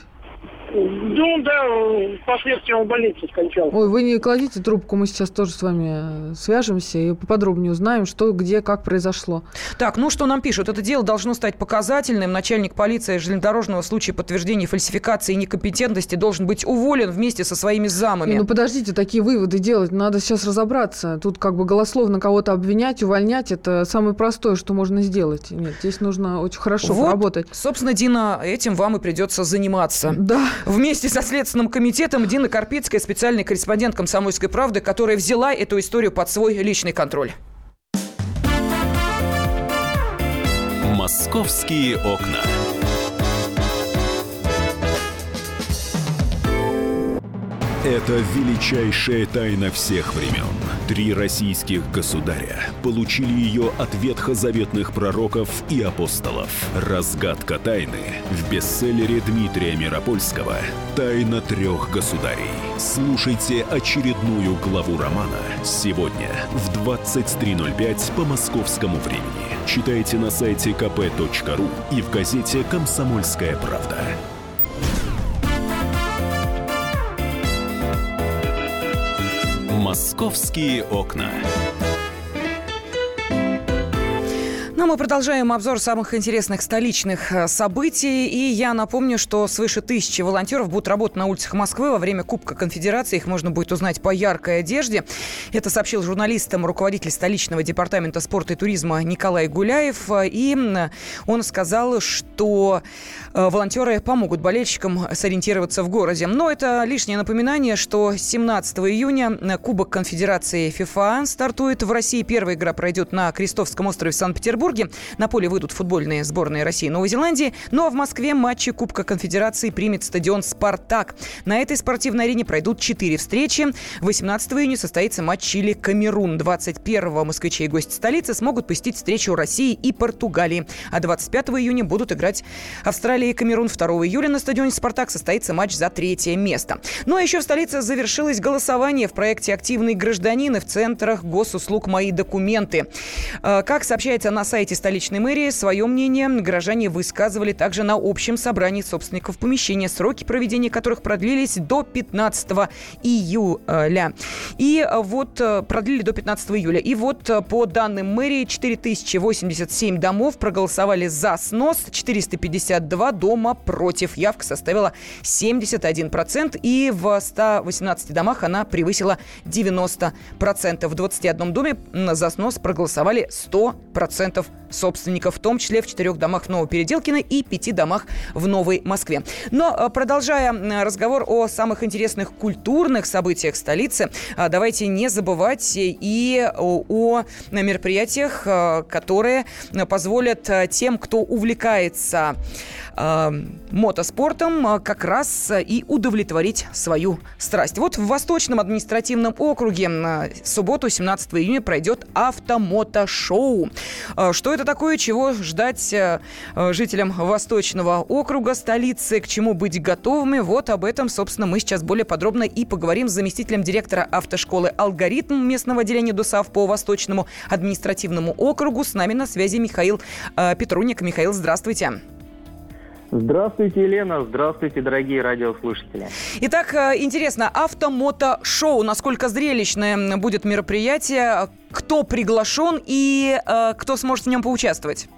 Ну, да, впоследствии он в больнице скончался. Ой, вы не кладите трубку, мы сейчас тоже с вами свяжемся и поподробнее узнаем, что, где, как произошло. Так, ну что нам пишут? Это дело должно стать показательным. Начальник полиции железнодорожного в случае подтверждения фальсификации и некомпетентности должен быть уволен вместе со своими замами. Не, ну подождите, такие выводы делать, надо сейчас разобраться. Тут как бы голословно кого-то обвинять, увольнять, это самое простое, что можно сделать. Нет, здесь нужно очень хорошо вот, поработать. Собственно, Дина, этим вам и придется заниматься. Да. Вместе со Следственным комитетом Дина Карпицкая, специальный корреспондент «Комсомольской правды», которая взяла эту историю под свой личный контроль. «Московские окна». Это величайшая тайна всех времен. Три российских государя получили ее от ветхозаветных пророков и апостолов. Разгадка тайны в бестселлере Дмитрия Миропольского «Тайна трех государей». Слушайте очередную главу романа сегодня в двадцать три ноль пять по московскому времени. Читайте на сайте ка пэ точка ру и в газете «Комсомольская правда». «Московские окна». Ну, мы продолжаем обзор самых интересных столичных событий. И я напомню, что свыше тысячи волонтеров будут работать на улицах Москвы во время Кубка Конфедерации. Их можно будет узнать по яркой одежде. Это сообщил журналистам руководитель столичного департамента спорта и туризма Николай Гуляев. И он сказал, что волонтеры помогут болельщикам сориентироваться в городе. Но это лишнее напоминание, что семнадцатого июня Кубок Конфедерации ФИФА стартует в России. Первая игра пройдет на Крестовском острове в Санкт-Петербурге. Петербурге. На поле выйдут футбольные сборные России и Новой Зеландии. Ну а в Москве матчи Кубка Конфедерации примет стадион «Спартак». На этой спортивной арене пройдут четыре встречи. восемнадцатого июня состоится матч Чили-Камерун. двадцать первого москвичи и гости столицы смогут посетить встречу России и Португалии. А двадцать пятого июня будут играть Австралия и Камерун. второго июля на стадионе «Спартак» состоится матч за третье место. Ну а еще в столице завершилось голосование в проекте «Активный гражданин» и в центрах госуслуг «Мои документы». Как сообщается на сайте столичной мэрии, свое мнение граждане высказывали также на общем собрании собственников помещения, сроки проведения которых продлились до пятнадцатого июля. И вот продлили до пятнадцатого июля. И вот по данным мэрии четыре тысячи восемьдесят семь домов проголосовали за снос, четыреста пятьдесят два дома против. Явка составила семьдесят один процент, и в ста восемнадцати домах она превысила девяносто процентов. В двадцати одном доме за снос проголосовали сто процентов собственников, в том числе в четырех домах в Новопеределкино и пяти домах в Новой Москве. Но, продолжая разговор о самых интересных культурных событиях столицы, давайте не забывать и о, о мероприятиях, которые позволят тем, кто увлекается э, мотоспортом, как раз и удовлетворить свою страсть. Вот в Восточном административном округе в субботу, семнадцатого июня, пройдет автомотошоу. Что это такое, чего ждать жителям Восточного округа, столицы, к чему быть готовыми? Вот об этом, собственно, мы сейчас более подробно и поговорим с заместителем директора автошколы «Алгоритм» местного отделения ДОСААФ по Восточному административному округу. С нами на связи Михаил э, Петруник. Михаил, здравствуйте. Здравствуйте, Елена. Здравствуйте, дорогие радиослушатели. Итак, интересно, автомотошоу. Насколько зрелищное будет мероприятие? Кто приглашен и э, кто сможет в нем поучаствовать?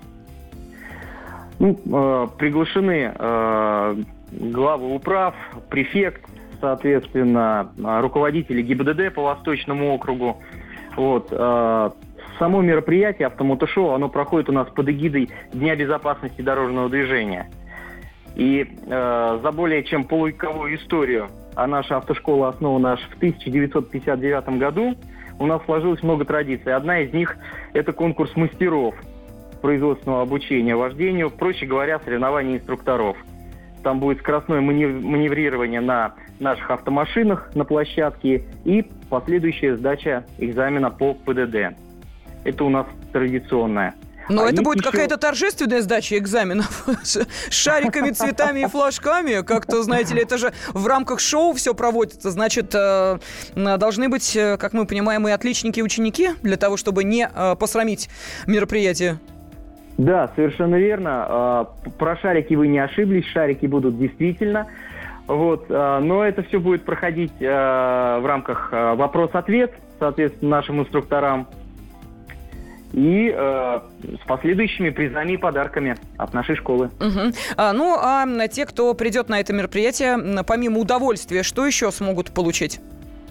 Ну, э, приглашены э, главы управ, префект, соответственно, руководители ГИБДД по Восточному округу. Вот. Э, само мероприятие «Автомотошоу», оно проходит у нас под эгидой Дня безопасности дорожного движения. И э, за более чем полувековую историю, а наша автошкола основана аж в тысяча девятьсот пятьдесят девятом году, у нас сложилось много традиций. Одна из них – это конкурс мастеров производственного обучения вождению, проще говоря, соревнования инструкторов. Там будет скоростное маневрирование на наших автомашинах на площадке и последующая сдача экзамена по ПДД. Это у нас традиционное. Но а это будет еще... какая-то торжественная сдача экзаменов с шариками, цветами и флажками. Как-то, знаете ли, это же в рамках шоу все проводится. Значит, должны быть, как мы понимаем, и отличники, и ученики для того, чтобы не посрамить мероприятие. Да, совершенно верно. Про шарики вы не ошиблись. Шарики будут действительно. Вот. Но это все будет проходить в рамках вопрос-ответ, соответственно, нашим инструкторам. И э, с последующими призами и подарками от нашей школы. Угу. А, ну, а те, кто придет на это мероприятие, помимо удовольствия, что еще смогут получить?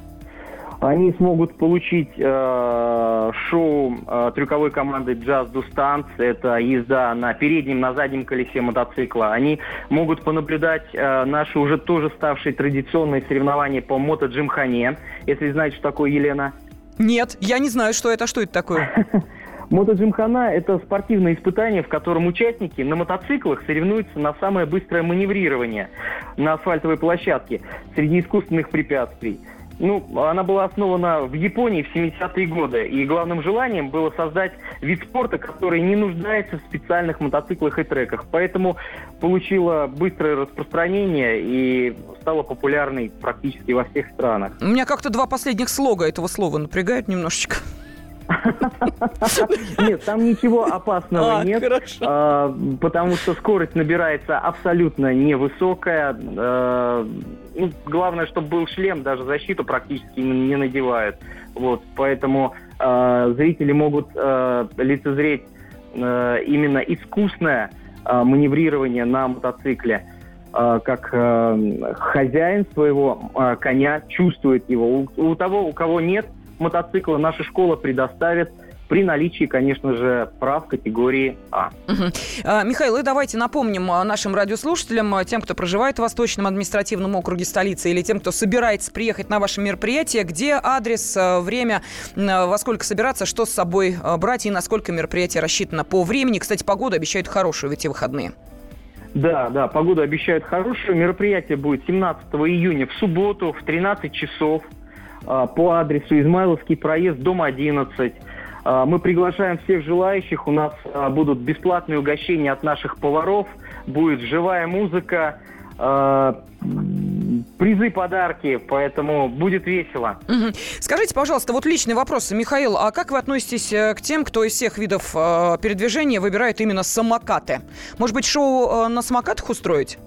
Они смогут получить э, шоу э, трюковой команды Just Do Stunts. Это езда на переднем, на заднем колесе мотоцикла. Они могут понаблюдать э, наши уже тоже ставшие традиционные соревнования по мото-джимхане. Если знаете, что такое, Елена? Нет, я не знаю, что это. Что это такое? Мото-джимхана – это спортивное испытание, в котором участники на мотоциклах соревнуются на самое быстрое маневрирование на асфальтовой площадке среди искусственных препятствий. Ну, она была основана в Японии в семидесятые годы, и главным желанием было создать вид спорта, который не нуждается в специальных мотоциклах и треках. Поэтому получила быстрое распространение и стала популярной практически во всех странах. У меня как-то два последних слога этого слова напрягают немножечко. Нет, там ничего опасного а, нет, а, потому что скорость набирается абсолютно невысокая. А, ну, главное, чтобы был шлем, даже защиту практически не надевают. Вот, поэтому а, зрители могут а, лицезреть а, именно искусное а, маневрирование на мотоцикле. А, как а, хозяин своего а, коня чувствует его. У, у того, у кого нет мотоцикла, наша школа предоставит при наличии, конечно же, прав категории А. Угу. А, Михаил, и давайте напомним нашим радиослушателям, тем, кто проживает в Восточном административном округе столицы, или тем, кто собирается приехать на ваше мероприятие, где адрес, время, во сколько собираться, что с собой брать и насколько мероприятие рассчитано по времени. Кстати, погоду обещают хорошую в эти выходные. Да, да, погоду обещают хорошую. Мероприятие будет семнадцатого июня в субботу в тринадцать часов по адресу Измайловский проезд, дом одиннадцать. Мы приглашаем всех желающих. У нас будут бесплатные угощения от наших поваров, будет живая музыка, призы, подарки, поэтому будет весело. Угу. Скажите, пожалуйста, вот личный вопрос, Михаил, а как вы относитесь к тем, кто из всех видов э, передвижения выбирает именно самокаты? Может быть, шоу э, на самокатах устроить?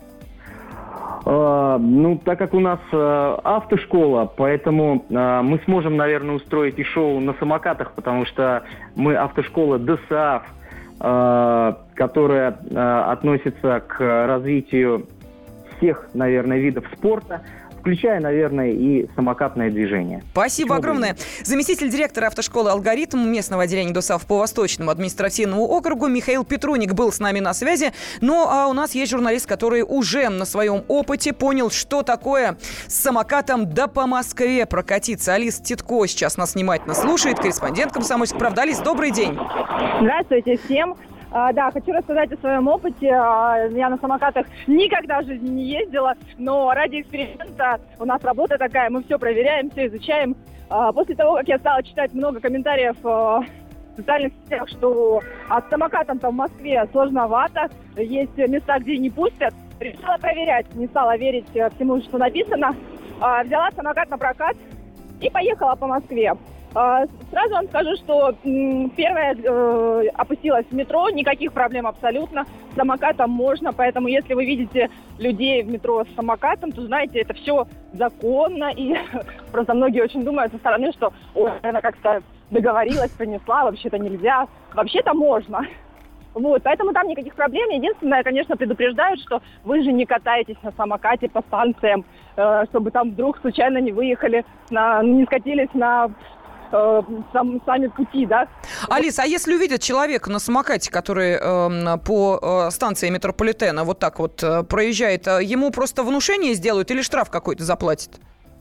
Uh, ну, так как у нас uh, автошкола, поэтому uh, мы сможем, наверное, устроить и шоу на самокатах, потому что мы автошкола ДОСААФ, uh, которая uh, относится к развитию всех, наверное, видов спорта, включая, наверное, и самокатное движение. Спасибо Почему огромное. Бы? Заместитель директора автошколы «Алгоритм» местного отделения ДОСААФ по Восточному административному округу Михаил Петруник был с нами на связи. Ну, а у нас есть журналист, который уже на своем опыте понял, что такое с самокатом да по Москве прокатиться. Алиса Титко сейчас нас внимательно слушает, корреспондент «Комсомольской правды». Алис, добрый день. Здравствуйте всем. А, да, хочу рассказать о своем опыте. А, я на самокатах никогда в жизни не ездила, но ради эксперимента у нас работа такая, мы все проверяем, все изучаем. А, после того, как я стала читать много комментариев а, в социальных сетях, что от самокатом-то в Москве сложновато, есть места, где не пустят, решила проверять, не стала верить всему, что написано. А, взяла самокат на прокат и поехала по Москве. Сразу вам скажу, что первая э, опустилась в метро, никаких проблем абсолютно. С самокатом можно, поэтому если вы видите людей в метро с самокатом, то знаете, это все законно. И просто многие очень думают со стороны, что ой, она как-то договорилась, принесла, вообще-то нельзя. Вообще-то можно. Вот, поэтому там никаких проблем. Единственное, конечно, предупреждают, что вы же не катаетесь на самокате по станциям, э, чтобы там вдруг случайно не выехали, на, не скатились на... Сам, сами пути, да. Алиса, а если увидят человека на самокате, который э, по э, станции метрополитена вот так вот э, проезжает, э, ему просто внушение сделают или штраф какой-то заплатят?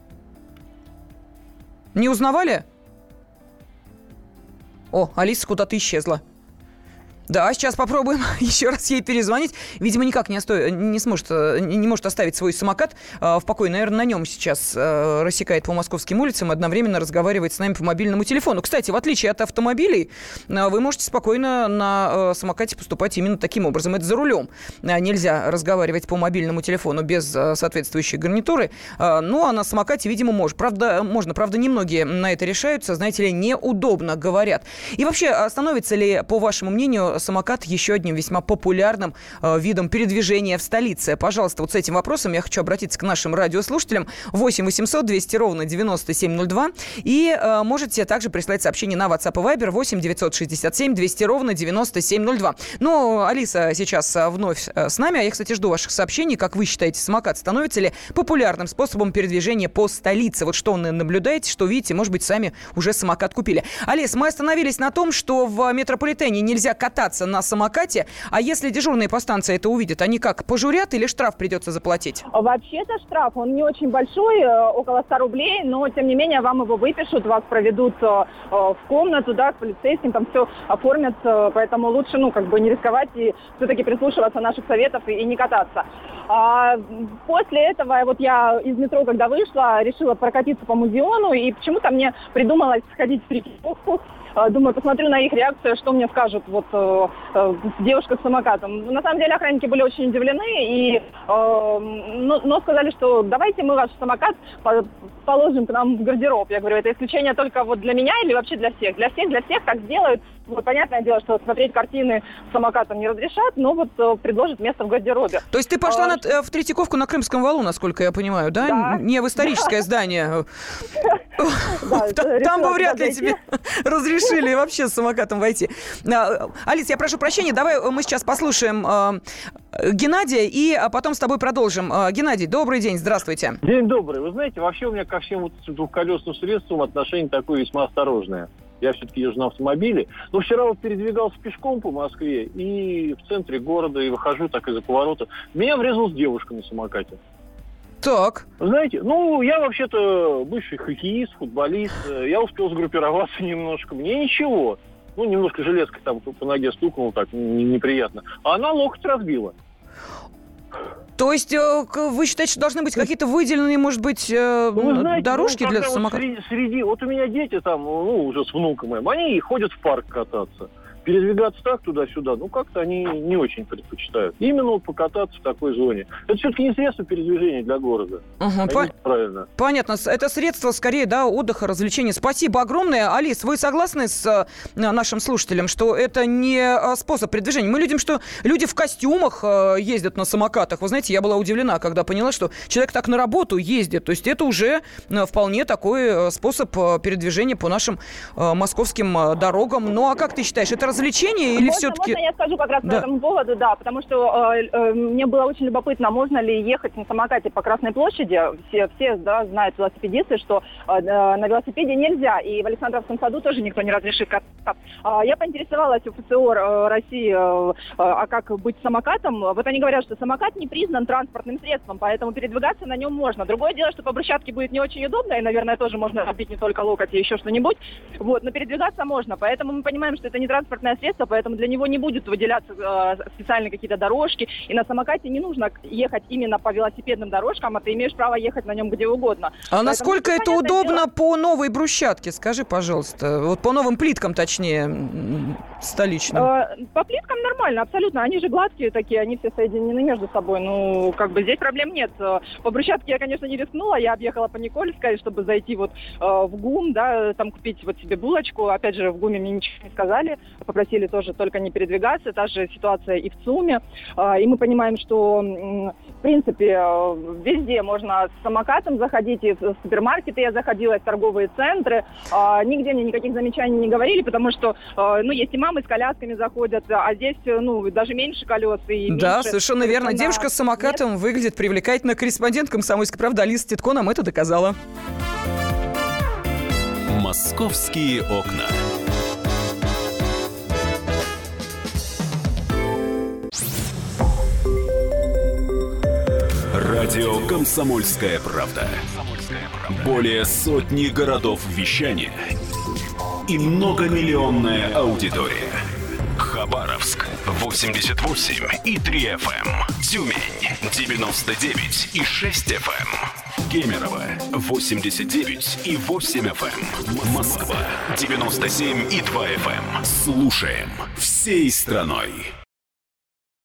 Не узнавали? О, Алиса куда-то исчезла. Да, сейчас попробуем еще раз ей перезвонить. Видимо, никак не, осто... не сможет, не может оставить свой самокат в покое. Наверное, на нем сейчас рассекает по московским улицам и одновременно разговаривает с нами по мобильному телефону. Кстати, в отличие от автомобилей, вы можете спокойно на самокате поступать именно таким образом. Это за рулем. Нельзя разговаривать по мобильному телефону без соответствующей гарнитуры. Ну, а на самокате, видимо, можно. Правда, можно. Правда, немногие на это решаются. Знаете ли, неудобно, говорят. И вообще, становится ли, по вашему мнению, самокат еще одним весьма популярным э, видом передвижения в столице? Пожалуйста, вот с этим вопросом я хочу обратиться к нашим радиослушателям. восемь восемьсот двести ровно девяносто семь ноль два. И э, можете также прислать сообщение на WhatsApp и Viber восемь девятьсот шестьдесят семь двести ровно девяносто семь ноль два. Ну, Алиса сейчас вновь с нами. А я, кстати, жду ваших сообщений. Как вы считаете, самокат становится ли популярным способом передвижения по столице? Вот что вы наблюдаете, что видите? Может быть, сами уже самокат купили. Алис, мы остановились на том, что в метрополитене нельзя кататься на самокате, а если дежурные по станции это увидят, они как, пожурят или штраф придется заплатить? Вообще-то штраф, он не очень большой, около ста рублей, но тем не менее вам его выпишут, вас проведут в комнату, да, к полицейским, там все оформят, поэтому лучше, ну, как бы не рисковать и все-таки прислушиваться наших советов и, и не кататься. А после этого, вот я из метро, когда вышла, решила прокатиться по Музеону, и почему-то мне придумалось сходить в Третьяковку. Думаю, посмотрю на их реакцию, что мне скажут вот э, э, девушка с самокатом. На самом деле охранники были очень удивлены, и, э, но, но сказали, что давайте мы ваш самокат по- положим к нам в гардероб. Я говорю, это исключение только вот для меня или вообще для всех? Для всех, для всех, так сделают. Вот, понятное дело, что смотреть картины с самокатом не разрешат, но вот э, предложат место в гардеробе. То есть ты пошла а, на, э, в Третьяковку на Крымском валу, насколько я понимаю, да? Да. Не в историческое здание. Там бы вряд ли тебе разрешили вообще с самокатом войти. Алис, я прошу прощения, давай мы сейчас послушаем Геннадия и потом с тобой продолжим. Геннадий, добрый день, здравствуйте. День добрый. Вы знаете, вообще у меня ко всем вот двухколесным средствам отношение такое весьма осторожное. Я все-таки езжу на автомобиле. Но вчера вот передвигался пешком по Москве и в центре города, и выхожу так из-за поворота. В меня врезалась девушка на самокате. Так. Знаете, ну, я вообще-то бывший хоккеист, футболист. Я успел сгруппироваться немножко. Мне ничего. Ну, немножко железкой там по ноге стукнуло, так, неприятно. А она локоть разбила. То есть вы считаете, что должны быть какие-то выделенные, может быть, ну, знаете, дорожки ну, для самокатов? Вот среди, среди... Вот у меня дети там, ну, уже с внуком моим, они ходят в парк кататься. Передвигаться так туда-сюда, ну, как-то они не очень предпочитают. Именно вот покататься в такой зоне. Это все-таки не средство передвижения для города. Угу, по... Правильно. Понятно. Это средство, скорее, да, отдыха, развлечения. Спасибо огромное. Алис, вы согласны с нашим слушателем, что это не способ передвижения? Мы видим, что люди в костюмах ездят на самокатах. Вы знаете, я была удивлена, когда поняла, что человек так на работу ездит. То есть это уже вполне такой способ передвижения по нашим московским дорогам. Ну, а как ты считаешь, это развлечение или можно, все-таки... Можно я скажу как раз да. по этому поводу, да, потому что э, э, мне было очень любопытно, можно ли ехать на самокате по Красной площади. Все, все да, знают велосипедисты, что э, на велосипеде нельзя, и в Александровском саду тоже никто не разрешит кататься. Э, я поинтересовалась у ФЦОР э, России, э, э, а как быть самокатом. Вот они говорят, что самокат не признан транспортным средством, поэтому передвигаться на нем можно. Другое дело, что по брусчатке будет не очень удобно, и, наверное, тоже можно разбить не только локоть и еще что-нибудь. Вот, но передвигаться можно, поэтому мы понимаем, что это не транспортное средство, поэтому для него не будут выделяться э, специальные какие-то дорожки. И на самокате не нужно ехать именно по велосипедным дорожкам, а ты имеешь право ехать на нем где угодно. А поэтому, насколько это удобно дело... по новой брусчатке? Скажи, пожалуйста. Вот по новым плиткам, точнее, столичным. Э, по плиткам нормально, абсолютно. Они же гладкие такие, они все соединены между собой. Ну, как бы здесь проблем нет. По брусчатке я, конечно, не рискнула. Я объехала по Никольской, чтобы зайти вот э, в ГУМ, да, там купить вот себе булочку. Опять же, в ГУМе мне ничего не сказали. Попросили тоже только не передвигаться. Та же ситуация и в ЦУМе. И мы понимаем, что, в принципе, везде можно с самокатом заходить. И в супермаркеты я заходила, и в торговые центры. Нигде мне никаких замечаний не говорили, потому что, ну, есть и мамы с колясками заходят, а здесь, ну, даже меньше колес. И да, меньше... совершенно верно. Да. Девушка с самокатом Нет. выглядит привлекательно. Корреспондент «Комсомольской правды» Алиса Титко нам это доказала. «Московские окна». Радио «Комсомольская правда». Более сотни городов вещания и многомиллионная аудитория. Хабаровск восемьдесят восемь и три эф эм, Тюмень девяносто девять и шесть эф эм, Кемерово восемьдесят девять и восемь эф эм, Москва девяносто семь и два эф эм. Слушаем всей страной.